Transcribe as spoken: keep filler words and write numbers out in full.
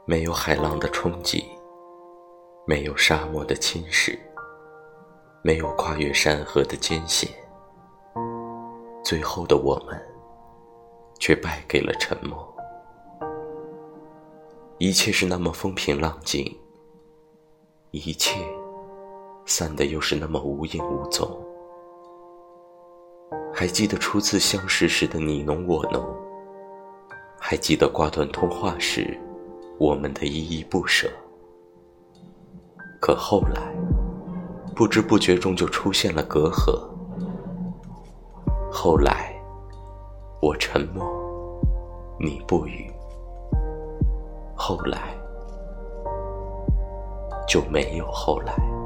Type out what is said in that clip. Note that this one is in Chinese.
没有海浪的冲击，没有沙漠的侵蚀，没有跨越山河的艰险，最后的我们却败给了沉默。一切是那么风平浪静，一切散得又是那么无影无踪。还记得初次相识时的你侬我侬，还记得挂断通话时我们的依依不舍。可后来不知不觉中就出现了隔阂，后来我沉默，你不语，后来就没有后来。